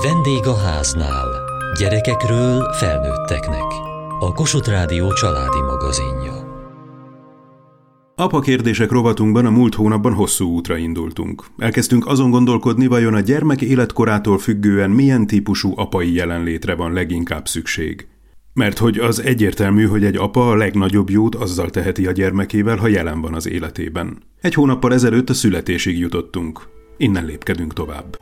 Vendég a háznál. Gyerekekről felnőtteknek. A Kossuth Rádió családi magazinja. Apa kérdések rovatunkban a múlt hónapban hosszú útra indultunk. Elkezdtünk azon gondolkodni, vajon a gyermek életkorától függően milyen típusú apai jelenlétre van leginkább szükség. Mert hogy az egyértelmű, hogy egy apa a legnagyobb jót azzal teheti a gyermekével, ha jelen van az életében. Egy hónappal ezelőtt a születésig jutottunk. Innen lépkedünk tovább.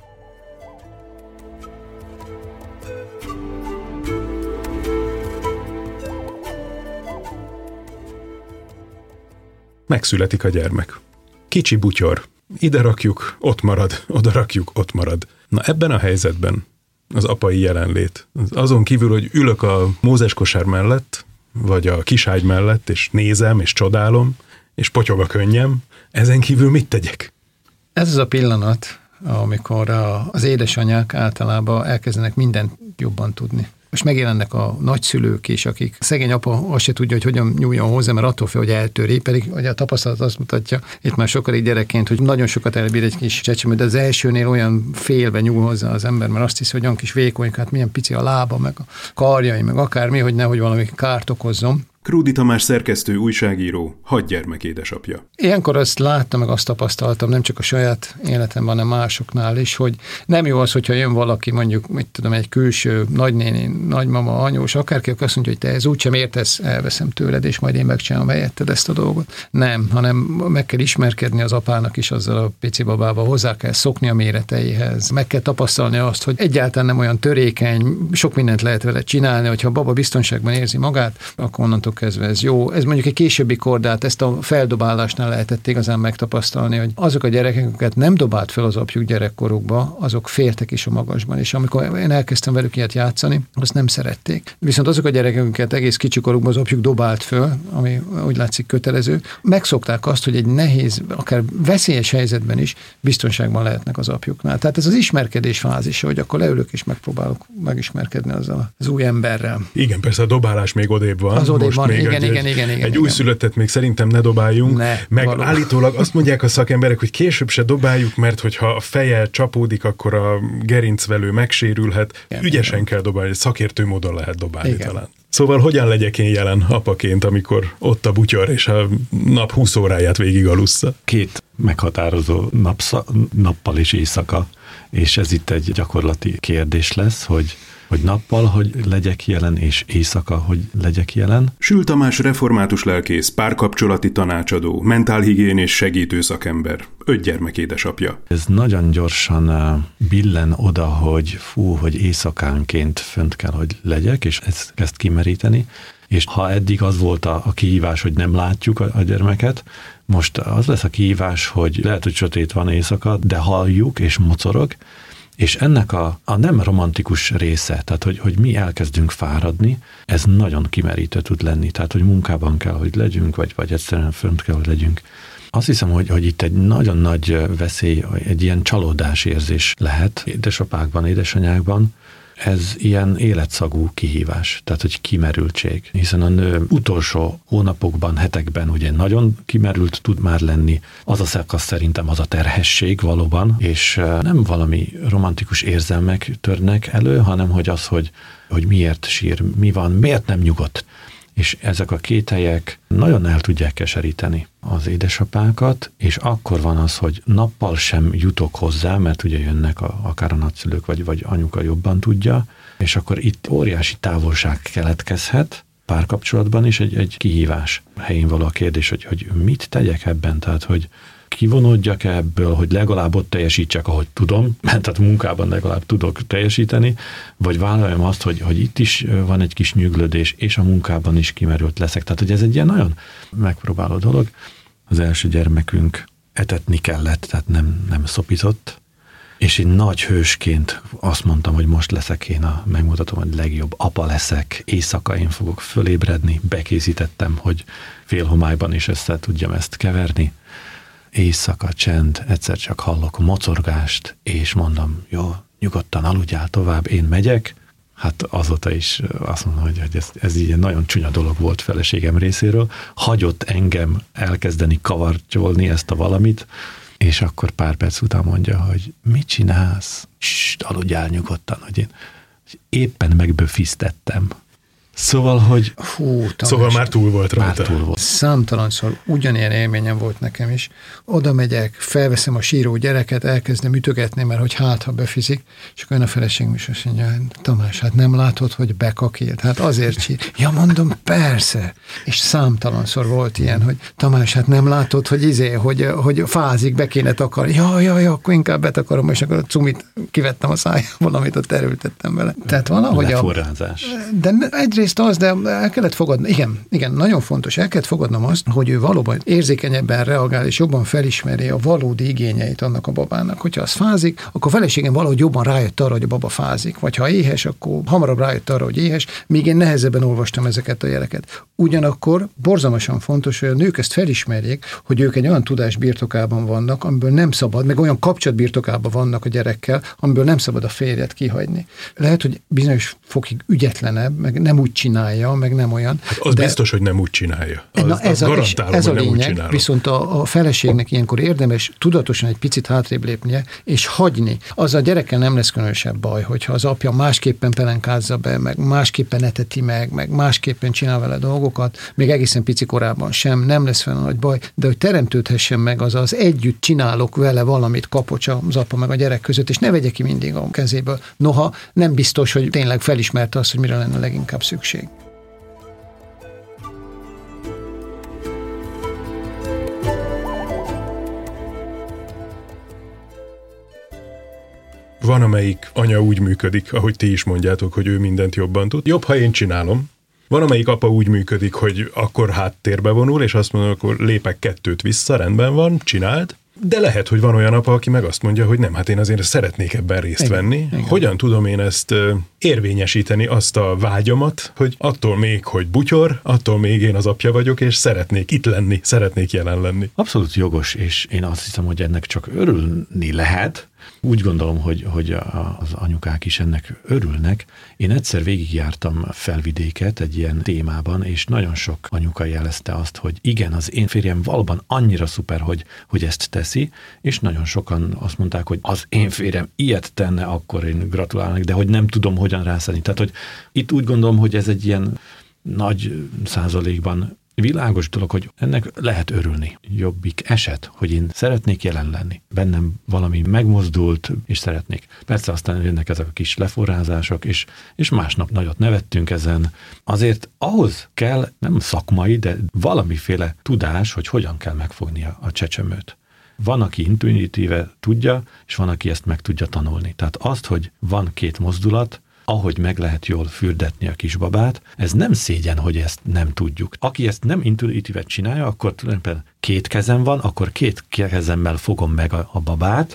Megszületik a gyermek. Kicsi butyor. Ide rakjuk, ott marad, oda rakjuk, ott marad. Na ebben a helyzetben az apai jelenlét. Azon kívül, hogy ülök a mózes kosár mellett, vagy a kiságy mellett, és nézem, és csodálom, és potyog a könnyem, ezen kívül mit tegyek? Ez az a pillanat, amikor az édesanyák általában elkezdenek mindent jobban tudni. Most megjelennek a nagyszülők is, akik szegény apa azt se tudja, hogy hogyan nyúljon hozzá, mert attól fél, hogy eltöri, pedig hogy a tapasztalat azt mutatja, itt már sokadik gyerekként, hogy nagyon sokat elbír egy kis csecsemő, de az elsőnél olyan félve nyúl hozzá az ember, mert azt hiszi, hogy olyan kis vékony, hát milyen pici a lába, meg a karjai, meg akármi, hogy nehogy valami kárt okozzon. Krúdy Tamás szerkesztő, újságíró, 6 gyermek édesapja. Ilyenkor azt láttam, meg azt tapasztaltam, nem csak a saját életemben, hanem másoknál is, hogy nem jó az, hogyha jön valaki, mondjuk, mit tudom, egy külső nagynéni, nagymama, anyós, akárki, azt mondja, hogy te ez úgysem értesz, elveszem tőled, és majd én megcsinálom helyetted ezt a dolgot. Nem, hanem meg kell ismerkedni az apának is azzal a pici babával, hozzá kell szokni a méreteihez, meg kell tapasztalni azt, hogy egyáltalán nem olyan törékeny, sok mindent lehet vele csinálni, hogyha a baba biztonságban érzi magát, akkor onnantól kezdve ez jó. Ez mondjuk egy későbbi kordát, ezt a feldobálásnál lehetett igazán megtapasztalni, hogy azok a gyerekek, akiket nem dobált fel az apjuk gyerekkorukba, azok féltek is a magasban, és amikor én elkezdtem velük ilyet játszani, azt nem szerették. Viszont azok a gyerekek, akiket egész kicsikorukban az apjuk dobált föl, ami úgy látszik kötelező, megszokták azt, hogy egy nehéz, akár veszélyes helyzetben is biztonságban lehetnek az apjuknál. Tehát ez az ismerkedés fázisa, hogy akkor leülök és megpróbálok megismerkedni azzal az új emberrel. Igen, persze a dobálás még odébb van. Az odébb van, igen. Egy újszülöttet még szerintem ne dobáljunk, meg valóban. Állítólag azt mondják a szakemberek, hogy később se dobáljuk, mert hogyha a feje csapódik, akkor a gerincvelő megsérülhet. Igen, ügyesen kell dobálni, szakértő módon lehet dobálni talán. Szóval hogyan legyek én jelen apaként, amikor ott a butyor és a nap 20 óráját végig alussza? 2 meghatározó nappal és éjszaka, és ez itt egy gyakorlati kérdés lesz, hogy nappal, hogy legyek jelen, és éjszaka, hogy legyek jelen. Sül Tamás református lelkész, párkapcsolati tanácsadó, mentálhigiénés segítő szakember, 5 gyermek édesapja. Ez nagyon gyorsan billen oda, hogy éjszakánként fönt kell, hogy legyek, és ez kezd kimeríteni. És ha eddig az volt a kihívás, hogy nem látjuk a gyermeket, most az lesz a kihívás, hogy lehet, hogy sötét van éjszaka, de halljuk és mocorog, és ennek a nem romantikus része, tehát hogy mi elkezdünk fáradni, ez nagyon kimerítő tud lenni, tehát hogy munkában kell, hogy legyünk, vagy egyszerűen fönt kell, hogy legyünk. Azt hiszem, hogy itt egy nagyon nagy veszély, egy ilyen csalódásérzés lehet édesapákban, édesanyákban. Ez ilyen életszagú kihívás, tehát hogy kimerültség. Hiszen a nő utolsó hónapokban, hetekben ugye nagyon kimerült tud már lenni. Az a szakasz szerintem az a terhesség valóban, és nem valami romantikus érzelmek törnek elő, hanem hogy miért sír, mi van, miért nem nyugodt. És ezek a kételyek nagyon el tudják keseríteni az édesapákat, és akkor van az, hogy nappal sem jutok hozzá, mert ugye jönnek akár a nagyszülők, vagy anyuka jobban tudja, és akkor itt óriási távolság keletkezhet, párkapcsolatban is egy kihívás. Helyén való a kérdés, hogy mit tegyek ebben, tehát hogy kivonódjak ebből, hogy legalább ott teljesítsek, ahogy tudom, tehát munkában legalább tudok teljesíteni, vagy vállaljam azt, hogy itt is van egy kis nyüglődés, és a munkában is kimerült leszek. Tehát, hogy ez egy ilyen nagyon megpróbáló dolog. Az első gyermekünk etetni kellett, tehát nem szopított, és én nagy hősként azt mondtam, hogy most leszek megmutatom, hogy legjobb apa leszek, éjszaka én fogok fölébredni, bekészítettem, hogy félhomályban is össze tudjam ezt keverni. Éjszaka csend, egyszer csak hallok mocorgást, és mondom, jó, nyugodtan aludjál tovább, én megyek. Hát azóta is azt mondom, hogy ez így egy nagyon csúnya dolog volt feleségem részéről. Hagyott engem elkezdeni kavartyolni ezt a valamit, és akkor pár perc után mondja, hogy mit csinálsz? Aludjál nyugodtan, hogy én éppen megböfisztettem. Szóval, hogy... Szóval már túl volt rajta. Már túl volt. Számtalanszor ugyanilyen élményem volt nekem is. Oda megyek, felveszem a síró gyereket, elkezdem ütögetni, mert hogy ha befizik, és akkor a feleségem is azt mondja, Tamás, hát nem látod, hogy bekakilt? Hát azért sír. Ja, mondom, persze. És számtalanszor volt ilyen, hogy Tamás, hát nem látod, hogy hogy fázik, be kéne takarni. Ja, akkor inkább betakarom, és akkor a cumit kivettem a szájából, amit ott erőltettem vele. Tehát valahogy leforrázás. De egyrészt az, de el kellett fogadni, igen, nagyon fontos, el kellett fogadnom azt, hogy ő valóban érzékenyebben reagál, és jobban felismeri a valódi igényeit annak a babának. Hogyha az fázik, akkor a feleségem valahogy jobban rájött arra, hogy a baba fázik. Vagy ha éhes, akkor hamarabb rájött arra, hogy éhes, míg én nehezebben olvastam ezeket a jeleket. Ugyanakkor borzalmasan fontos, hogy a nők ezt felismerjék, hogy ők egy olyan tudás birtokában vannak, amiből nem szabad, meg olyan kapcsolat birtokában vannak a gyerekkel, amiből nem szabad a férjet kihagyni. Lehet, hogy bizonyos fokig ügyetlenebb, meg nem úgy csinálja, meg nem olyan. Hát az biztos, hogy nem úgy csinálja. Ez a lényeg, viszont a feleségnek ilyenkor érdemes tudatosan egy picit hátrébb lépnie, és hagyni. Az a gyerekkel nem lesz különösebb baj, hogyha az apja másképpen pelenkázza be, meg másképpen eteti meg másképpen csinál vele dolgokat, még egészen pici korában sem, nem lesz fel nagy baj, de hogy teremtődhessen meg az együtt csinálok vele valamit kapocs az apa meg a gyerek között, és ne vegye ki mindig a kezéből. Noha nem biztos, hogy tényleg felismerte azt, hogy mire lenne leginkább szükség. Van, amelyik anya úgy működik, ahogy ti is mondjátok, hogy ő mindent jobban tud. Jobb, ha én csinálom. Van, amelyik apa úgy működik, hogy akkor háttérbe vonul, és azt mondja, akkor lépek 2 vissza, rendben van, csináld. De lehet, hogy van olyan apa, aki meg azt mondja, hogy nem, hát én azért szeretnék ebben részt venni. Igen. Hogyan tudom én ezt érvényesíteni, azt a vágyamat, hogy attól még, hogy butyor, attól még én az apja vagyok, és szeretnék itt lenni, szeretnék jelen lenni. Abszolút jogos, és én azt hiszem, hogy ennek csak örülni lehet. Úgy gondolom, hogy az anyukák is ennek örülnek. Én egyszer végigjártam Felvidéket egy ilyen témában, és nagyon sok anyuka jelezte azt, hogy igen, az én férjem valóban annyira szuper, hogy ezt teszi, és nagyon sokan azt mondták, hogy az én férjem ilyet tenne, akkor én gratulálnak, de hogy nem tudom, hogyan rászállni. Tehát, hogy itt úgy gondolom, hogy ez egy ilyen nagy százalékban világos dolog, hogy ennek lehet örülni. Jobbik eset, hogy én szeretnék jelen lenni. Bennem valami megmozdult, és szeretnék. Persze aztán jönnek ezek a kis leforrázások, és másnap nagyot nevettünk ezen. Azért ahhoz kell, nem szakmai, de valamiféle tudás, hogy hogyan kell megfogni a csecsemőt. Van, aki intuitíve tudja, és van, aki ezt meg tudja tanulni. Tehát azt, hogy van 2 mozdulat, ahogy meg lehet jól fürdetni a kisbabát, ez nem szégyen, hogy ezt nem tudjuk. Aki ezt nem intuitívet csinálja, akkor tulajdonképpen 2 kezem van, akkor 2 kezemmel fogom meg a babát,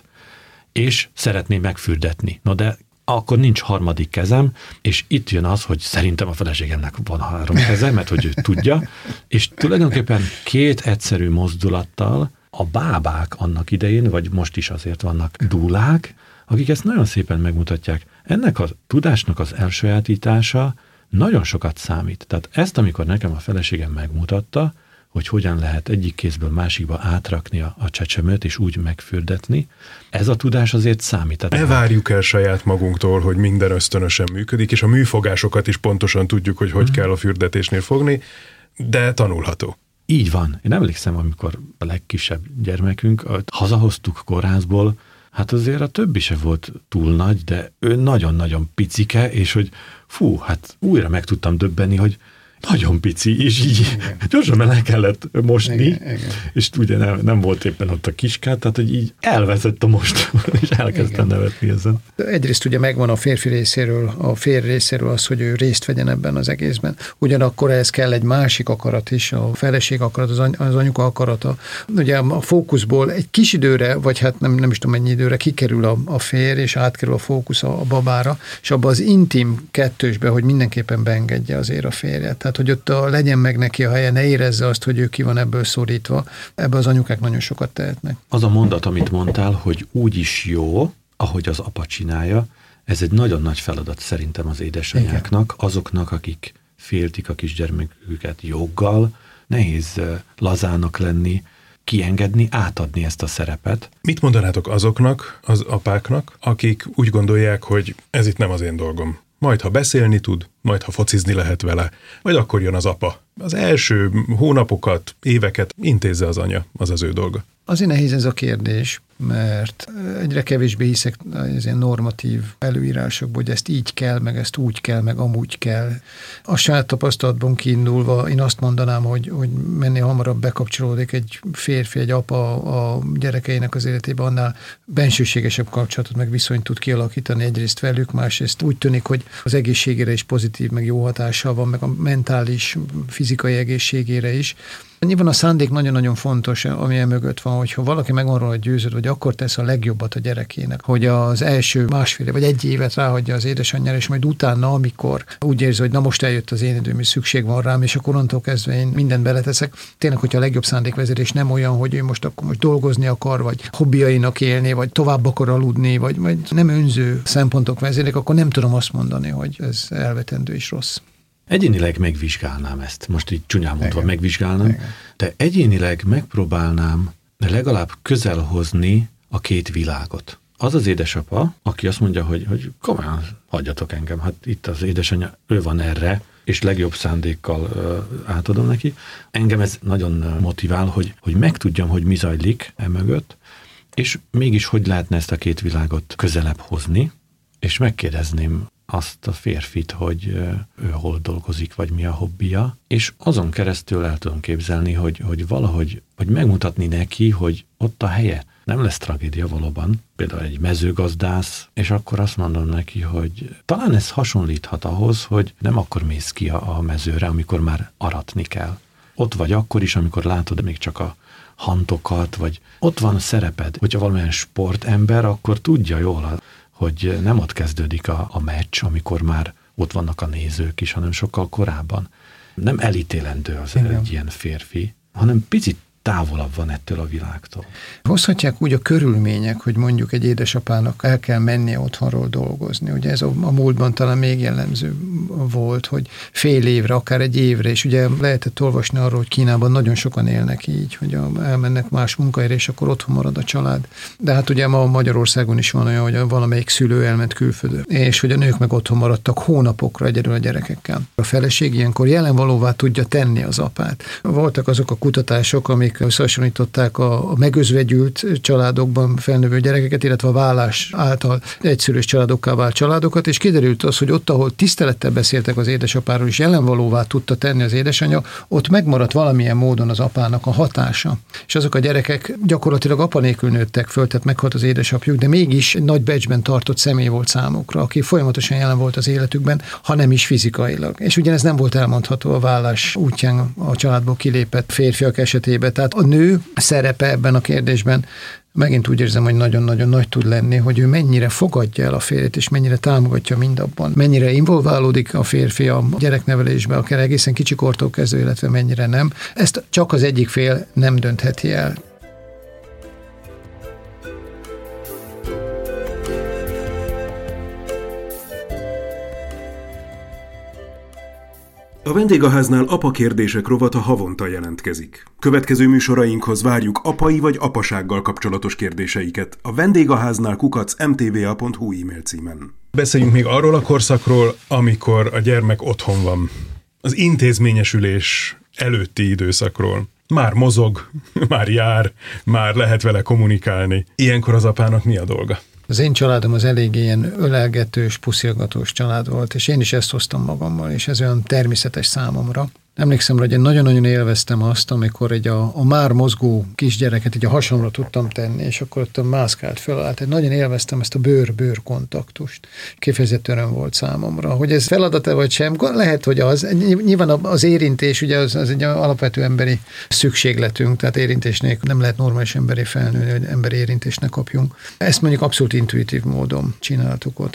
és szeretném megfürdetni. No de akkor nincs 3. kezem, és itt jön az, hogy szerintem a feleségemnek van 3 keze, mert hogy ő tudja, és tulajdonképpen 2 egyszerű mozdulattal a bábák annak idején, vagy most is azért vannak dúlák, akik ezt nagyon szépen megmutatják. Ennek a tudásnak az elsajátítása nagyon sokat számít. Tehát ezt, amikor nekem a feleségem megmutatta, hogy hogyan lehet egyik kézből másikba átrakni a csecsemőt, és úgy megfürdetni, ez a tudás azért számít. Ne várjuk el saját magunktól, hogy minden ösztönösen működik, és a műfogásokat is pontosan tudjuk, hogy kell a fürdetésnél fogni, de tanulható. Így van. Én emlékszem, amikor a legkisebb gyermekünk, hazahoztuk kórházból, hát azért a többi se volt túl nagy, de ő nagyon-nagyon picike, és hogy hát újra meg tudtam döbbenni, hogy nagyon pici, és így gyorsan el kellett mosni, igen. És ugye nem volt éppen ott a kiskát, tehát hogy így elveszett a most, és elkezdtem nevetni ezen. Egyrészt ugye megvan a férfi részéről, a férj részéről az, hogy ő részt vegyen ebben az egészben. Ugyanakkor ehhez kell egy másik akarat is, a feleség akarat, az anyuka akarata. Ugye a fókuszból egy kis időre, vagy hát nem is tudom mennyi időre kikerül a férj, és átkerül a fókusz a babára, és abban az intim kettősbe, hogy mindenképpen beengedje azért a férjet. Tehát, hogy ott legyen meg neki a helye, ne érezze azt, hogy ő ki van ebből szorítva. Ebben az anyukák nagyon sokat tehetnek. Az a mondat, amit mondtál, hogy úgy is jó, ahogy az apa csinálja, ez egy nagyon nagy feladat szerintem az édesanyáknak, azoknak, akik féltik a kisgyermeküket joggal, nehéz lazának lenni, kiengedni, átadni ezt a szerepet. Mit mondanátok azoknak, az apáknak, akik úgy gondolják, hogy ez itt nem az én dolgom? Majd, ha beszélni tud, majd, ha focizni lehet vele, majd akkor jön az apa. Az első hónapokat, éveket intézze az anya, az az ő dolga. Azért nehéz ez a kérdés, mert egyre kevésbé hiszek az ilyen normatív előírásokból, hogy ezt így kell, meg ezt úgy kell, meg amúgy kell. A saját tapasztalatban kiindulva én azt mondanám, hogy mennél hamarabb bekapcsolódik egy férfi, egy apa a gyerekeinek az életébe, annál bensőségesebb kapcsolatot, meg viszonyt tud kialakítani egyrészt velük, másrészt úgy tűnik, hogy az egészségére is pozitív, meg jó hatással van, meg a mentális, fizikai egészségére is. Nyilván a szándék nagyon-nagyon fontos, ami mögött van, hogyha valaki meg van róla győződve, hogy akkor tesz a legjobbat a gyerekének, hogy az első másfél vagy egy évet ráhagyja az édesanyjára, és majd utána, amikor úgy érzi, hogy na most eljött az én időm, és szükség van rám, és akkor onnantól kezdve én mindent beleteszek. Tényleg, hogyha a legjobb szándékvezérés nem olyan, hogy ő most dolgozni akar, vagy hobbiainak élni, vagy tovább akar aludni, vagy nem önző szempontok vezérlik, akkor nem tudom azt mondani, hogy ez elvetendő és rossz. Egyénileg megvizsgálnám ezt, most így csúnyán mondva megvizsgálnám, de egyénileg megpróbálnám legalább közel hozni a két világot. Az az édesapa, aki azt mondja, hogy komolyan hagyjatok engem, hát itt az édesanyja, ő van erre, és legjobb szándékkal átadom neki. Engem ez nagyon motivál, hogy megtudjam, hogy mi zajlik emögött, és mégis hogy lehetne ezt a két világot közelebb hozni, és megkérdezném azt a férfit, hogy ő hol dolgozik, vagy mi a hobbija, és azon keresztül el tudom képzelni, hogy valahogy hogy megmutatni neki, hogy ott a helye. Nem lesz tragédia valóban, például egy mezőgazdász, és akkor azt mondom neki, hogy talán ez hasonlíthat ahhoz, hogy nem akkor mész ki a mezőre, amikor már aratni kell. Ott vagy akkor is, amikor látod még csak a hantokat, vagy ott van a szereped. Hogyha valamilyen sportember, akkor tudja jól, hogy nem ott kezdődik a meccs, amikor már ott vannak a nézők is, hanem sokkal korábban. Nem elítélendő az egy ilyen férfi, hanem picit távolabb van ettől a világtól. Hozhatják úgy a körülmények, hogy mondjuk egy édesapának el kell mennie otthonról dolgozni. Ugye ez a múltban talán még jellemző volt, hogy fél évre, akár egy évre, és ugye lehetett olvasni arról, hogy Kínában nagyon sokan élnek így, hogy elmennek más munkahelyre, és akkor otthon marad a család. De hát ugye ma Magyarországon is van olyan, hogy valamelyik szülő elment külföldre, és hogy a nők meg otthon maradtak hónapokra egyedül a gyerekekkel. A feleség ilyenkor jelenvalóvá tudja tenni az apát. Voltak azok a kutatások, amik összehasonlították a megözvegyült családokban felnövő gyerekeket, illetve a vállás által egyszülős családokká vált családokat, és kiderült az, hogy ott, ahol tisztelettel beszéltek az édesapáról, és jelenvalóvá tudta tenni az édesanyja, ott megmaradt valamilyen módon az apának a hatása. És azok a gyerekek gyakorlatilag apa nélkül nőttek föl, tehát meghalt az édesapjuk, de mégis egy nagy becsben tartott személy volt számukra, aki folyamatosan jelen volt az életükben, ha nem is fizikailag. És ugyanez nem volt elmondható a vállás útján a családból kilépett férfiak esetében. Tehát a nő szerepe ebben a kérdésben megint úgy érzem, hogy nagyon-nagyon nagy tud lenni, hogy ő mennyire fogadja el a férjét, és mennyire támogatja mindabban. Mennyire involválódik a férfi a gyereknevelésbe, akár egészen kicsikortól kezdve, illetve mennyire nem. Ezt csak az egyik fél nem döntheti el. A Vendégháznál Apa kérdések rovata havonta jelentkezik. Következő műsorainkhoz várjuk apai vagy apasággal kapcsolatos kérdéseiket a vendégháznál@mtva.hu e-mail címen. Beszéljünk még arról a korszakról, amikor a gyermek otthon van. Az intézményesülés előtti időszakról. Már mozog, már jár, már lehet vele kommunikálni. Ilyenkor az apának mi a dolga? Az én családom az elég ilyen ölelgetős, puszilgatós család volt, és én is ezt hoztam magammal, és ez olyan természetes számomra. Emlékszem, hogy én nagyon-nagyon élveztem azt, amikor a már mozgó kisgyereket így a hasonlóra tudtam tenni, és akkor ott mászkált föl. Tehát nagyon élveztem ezt a bőr-bőr kontaktust. Kifejezetten öröm volt számomra. Hogy ez feladata vagy sem, lehet, hogy az. Nyilván az érintés, ugye az egy alapvető emberi szükségletünk, tehát érintés nélkül nem lehet normális emberi felnőni, hogy emberi érintést ne kapjunk. Ezt mondjuk abszolút intuitív módon csináltuk otthon.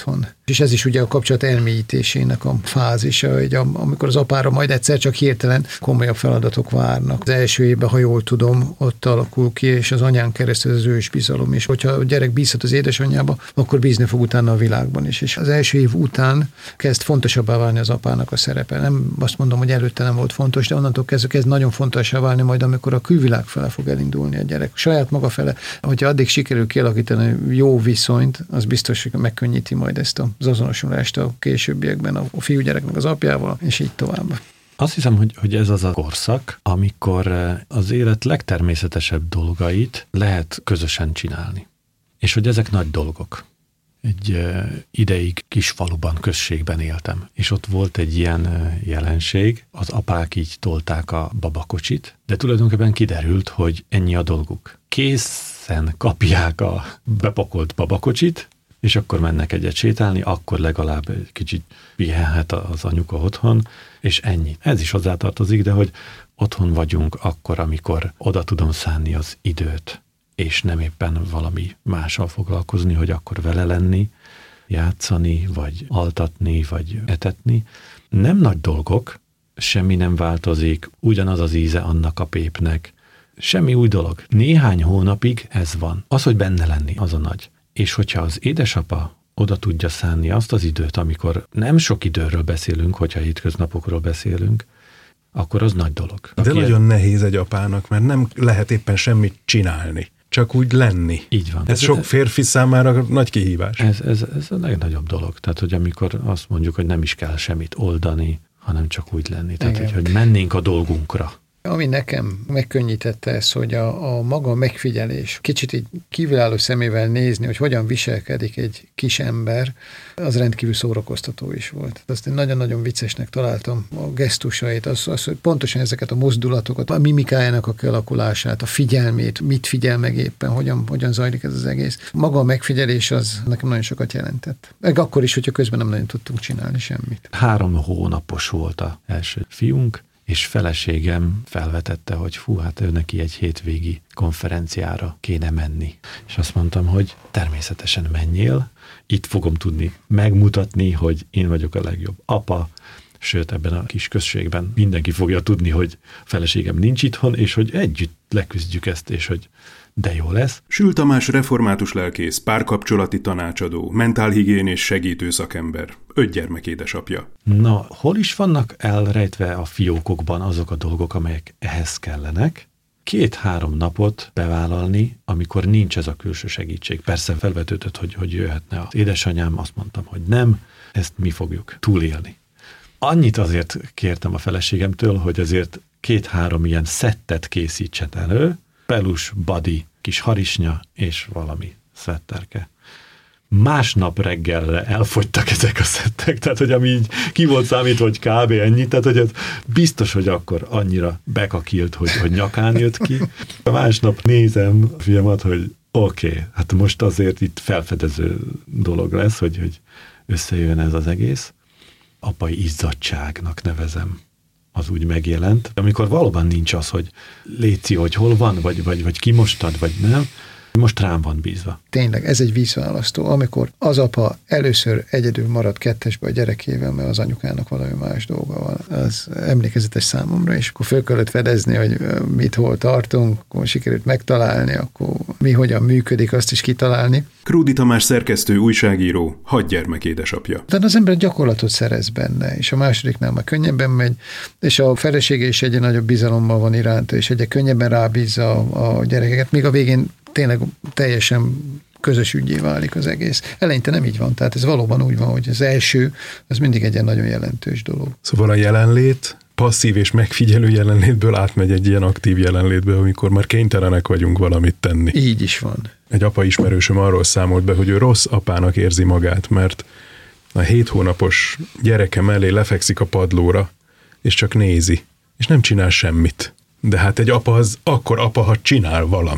És ez is ugye a kapcsolat elmélyítésének a fázisa, hogy amikor az apára majd egyszer csak hirtelen komolyabb feladatok várnak. Az első évben, ha jól tudom, ott alakul ki, és az anyán keresztül az ősbizalom is. Hogyha a gyerek bízhat az édesanyjába, akkor bízni fog utána a világban is. És az első év után kezd fontosabbá válni az apának a szerepe. Nem azt mondom, hogy előtte nem volt fontos, de onnantól kezdve nagyon fontossá válni majd, amikor a külvilág fele fog elindulni a gyerek. Saját maga fele, hogyha addig sikerül kialakítani jó viszonyt, az biztos, hogy megkönnyíti majd ezt az azonosulást a későbbiekben a fiúgyereknek az apjával, és így tovább. Azt hiszem, hogy ez az a korszak, amikor az élet legtermészetesebb dolgait lehet közösen csinálni. És hogy ezek nagy dolgok. Egy ideig kis faluban, községben éltem, és ott volt egy ilyen jelenség, az apák így tolták a babakocsit, de tulajdonképpen kiderült, hogy ennyi a dolguk. Készen kapják a bepakolt babakocsit, és akkor mennek egyet sétálni, akkor legalább egy kicsit pihenhet az anyuka otthon, és ennyi. Ez is hozzátartozik, de hogy otthon vagyunk akkor, amikor oda tudom szánni az időt, és nem éppen valami mással foglalkozni, hogy akkor vele lenni, játszani, vagy altatni, vagy etetni. Nem nagy dolgok, semmi nem változik, ugyanaz az íze annak a pépnek, semmi új dolog. Néhány hónapig ez van. Az, hogy benne lenni, az a nagy. És hogyha az édesapa oda tudja szánni azt az időt, amikor nem sok időről beszélünk, hogyha hétköznapokról beszélünk, akkor az nagy dolog. De nagyon nehéz egy apának, mert nem lehet éppen semmit csinálni. Csak úgy lenni. Így van. Ez sok férfi számára nagy kihívás. Ez a legnagyobb dolog. Tehát, hogy amikor azt mondjuk, hogy nem is kell semmit oldani, hanem csak úgy lenni. Tehát, hogy mennénk a dolgunkra. Ami nekem megkönnyítette ezt, hogy a maga megfigyelés, kicsit így kívülálló szemével nézni, hogy hogyan viselkedik egy kis ember, az rendkívül szórakoztató is volt. Azt én nagyon-nagyon viccesnek találtam a gesztusait, az, hogy pontosan ezeket a mozdulatokat, a mimikájának a kialakulását, a figyelmét, mit figyel meg éppen, hogyan zajlik ez az egész. Maga a megfigyelés az nekem nagyon sokat jelentett. Meg akkor is, hogyha közben nem nagyon tudtunk csinálni semmit. 3 hónapos volt az első fiunk, és feleségem felvetette, hogy hát ő neki egy hétvégi konferenciára kéne menni. És azt mondtam, hogy természetesen menjél, itt fogom tudni megmutatni, hogy én vagyok a legjobb apa, sőt ebben a kis községben mindenki fogja tudni, hogy feleségem nincs itthon, és hogy együtt leküzdjük ezt, és hogy de jó lesz. Sül Tamás református lelkész, párkapcsolati tanácsadó, mentálhigiénés segítő szakember, 5 gyermek édesapja. Na, hol is vannak elrejtve a fiókokban azok a dolgok, amelyek ehhez kellenek? 2-3 napot bevállalni, amikor nincs ez a külső segítség. Persze felvetődött, hogy jöhetne az édesanyám, azt mondtam, hogy nem, ezt mi fogjuk túlélni. Annyit azért kértem a feleségemtől, hogy azért 2-3 ilyen szettet készítsen elő, pelus, badi, kis harisnya és valami szvetterke. Másnap reggelre elfogytak ezek a szettek, tehát hogy ami így ki volt számítva, hogy kb. Ennyi, tehát hogy ez biztos, hogy akkor annyira bekakilt, hogy nyakán jött ki. Másnap nézem a fiamat, hogy oké, hát most azért itt felfedező dolog lesz, hogy összejön ez az egész. Apai izzadságnak nevezem. Az úgy megjelent. Amikor valóban nincs az, hogy léci, hogy hol van, vagy kimostad, vagy nem, most rám van bízva. Tényleg, ez egy vízválasztó, amikor az apa először egyedül marad kettesbe a gyerekével, mert az anyukának valami más dolga van. Az emlékezetes számomra, és akkor föl kellett fedezni, hogy mit, hol tartunk, akkor sikerült megtalálni, akkor mi hogyan működik, azt is kitalálni. Krúdy Tamás szerkesztő, újságíró, 6 gyermek édesapja. De az ember gyakorlatot szerez benne, és a másodiknál már könnyebben megy, és a felesége is egyre nagyobb bizalommal van iránta, és egyre könnyebben rábízza a gyerekeket, míg a végén tényleg teljesen közös ügyé válik az egész. Eleinte nem így van, tehát ez valóban úgy van, hogy az első, az mindig egy ilyen nagyon jelentős dolog. Szóval a jelenlét, passzív és megfigyelő jelenlétből átmegy egy ilyen aktív jelenlétbe, amikor már kénytelenek vagyunk valamit tenni. Így is van. Egy apa ismerősöm arról számolt be, hogy ő rossz apának érzi magát, mert a 7 hónapos gyereke mellé lefekszik a padlóra, és csak nézi, és nem csinál semmit. De hát egy apa az akkor apa, ha csinál valamit.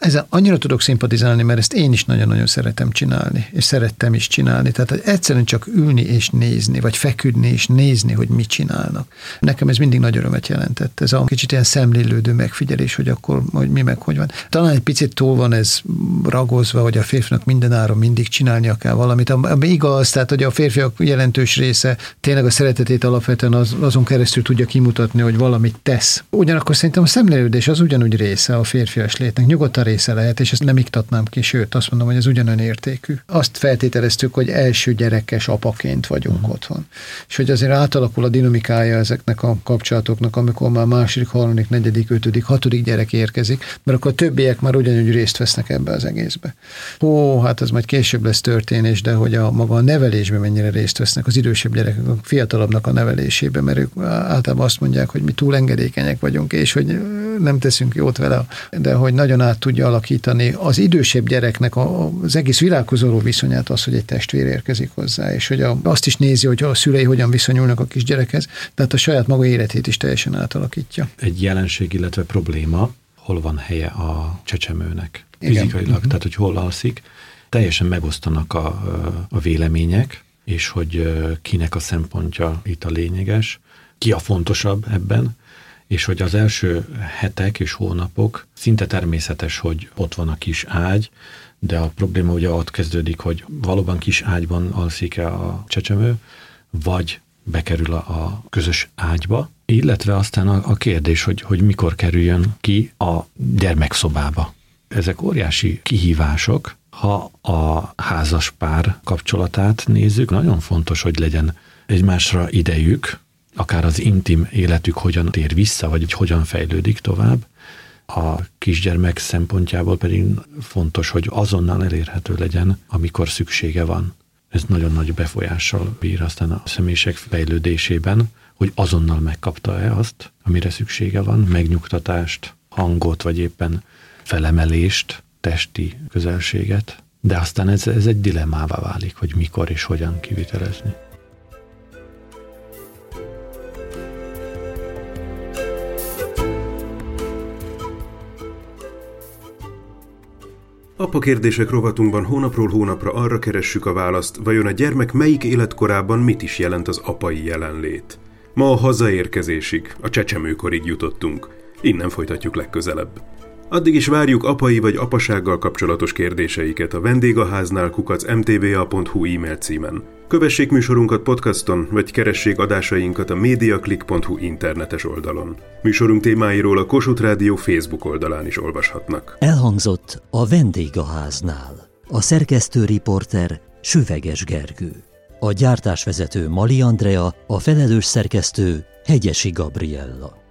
ezzel annyira tudok szimpatizálni, mert ezt én is nagyon-nagyon szeretem csinálni, és szerettem is csinálni. Tehát egyszerűen csak ülni és nézni, vagy feküdni és nézni, hogy mit csinálnak. Nekem ez mindig nagy örömet jelentett. Ez a kicsit ilyen szemlélődő megfigyelés, hogy akkor hogy mi meg hogy van. Talán egy picit túl van ez ragozva, hogy a férfinak mindenáron mindig csinálnia kell valamit. Ami igaz, tehát hogy a férfiak jelentős része tényleg a szeretetét alapvetően azon keresztül tudja kimutatni, hogy valamit tesz. Ugyanakkor szerintem a szemlélődés az ugyanúgy része a férfias létnek, nyugodtan része lehet, és ezt nem iktatnám ki, sőt, azt mondom, hogy ez ugyanolyan értékű. Azt feltételeztük, hogy első gyerekes apaként vagyunk otthon. És hogy azért átalakul a dinamikája ezeknek a kapcsolatoknak, amikor már második, harmadik, negyedik, ötödik, hatodik gyerek érkezik, mert akkor a többiek már ugyanúgy részt vesznek ebbe az egészbe. Hát ez majd később lesz történés, de hogy maga a nevelésben mennyire részt vesznek az idősebb gyerekek, a fiatalabbnak a nevelésében, mert ők általában azt mondják, hogy mi túl engedékenyek vagyunk, és hogy nem teszünk jót vele, de hogy nagyon át tudja alakítani az idősebb gyereknek az egész világhoz való viszonyát az, hogy egy testvér érkezik hozzá, és hogy azt is nézi, hogy a szülei hogyan viszonyulnak a kisgyerekhez, tehát a saját maga életét is teljesen átalakítja. Egy jelenség, illetve probléma, hol van helye a csecsemőnek fizikailag, tehát hogy hol alszik, teljesen megosztanak a vélemények, és hogy kinek a szempontja itt a lényeges, ki a fontosabb ebben, és hogy az első hetek és hónapok szinte természetes, hogy ott van a kis ágy, de a probléma ugye ott kezdődik, hogy valóban kis ágyban alszik-e a csecsemő, vagy bekerül a közös ágyba, illetve aztán a kérdés, hogy mikor kerüljön ki a gyermekszobába. Ezek óriási kihívások. Ha a házas pár kapcsolatát nézzük, nagyon fontos, hogy legyen egymásra idejük, akár az intim életük hogyan tér vissza, vagy hogyan fejlődik tovább. A kisgyermek szempontjából pedig fontos, hogy azonnal elérhető legyen, amikor szüksége van. Ez nagyon nagy befolyással bír aztán a személyiség fejlődésében, hogy azonnal megkapta-e azt, amire szüksége van, megnyugtatást, hangot, vagy éppen felemelést, testi közelséget. De aztán ez egy dilemmává válik, hogy mikor és hogyan kivitelezni. Apa kérdések rovatunkban hónapról hónapra arra keressük a választ, vajon a gyermek melyik életkorában mit is jelent az apai jelenlét. Ma a hazaérkezésig, a csecsemőkorig jutottunk. Innen folytatjuk legközelebb. Addig is várjuk apai vagy apasággal kapcsolatos kérdéseiket a vendégháznál @mtva.hu e-mail címen. Kövessék műsorunkat podcaston, vagy keressék adásainkat a mediaclick.hu internetes oldalon. Műsorunk témáiról a Kossuth Rádió Facebook oldalán is olvashatnak. Elhangzott a vendégháznál. A szerkesztő-riporter Süveges Gergő. A gyártásvezető Mali Andrea, a felelős szerkesztő Hegyesi Gabriella.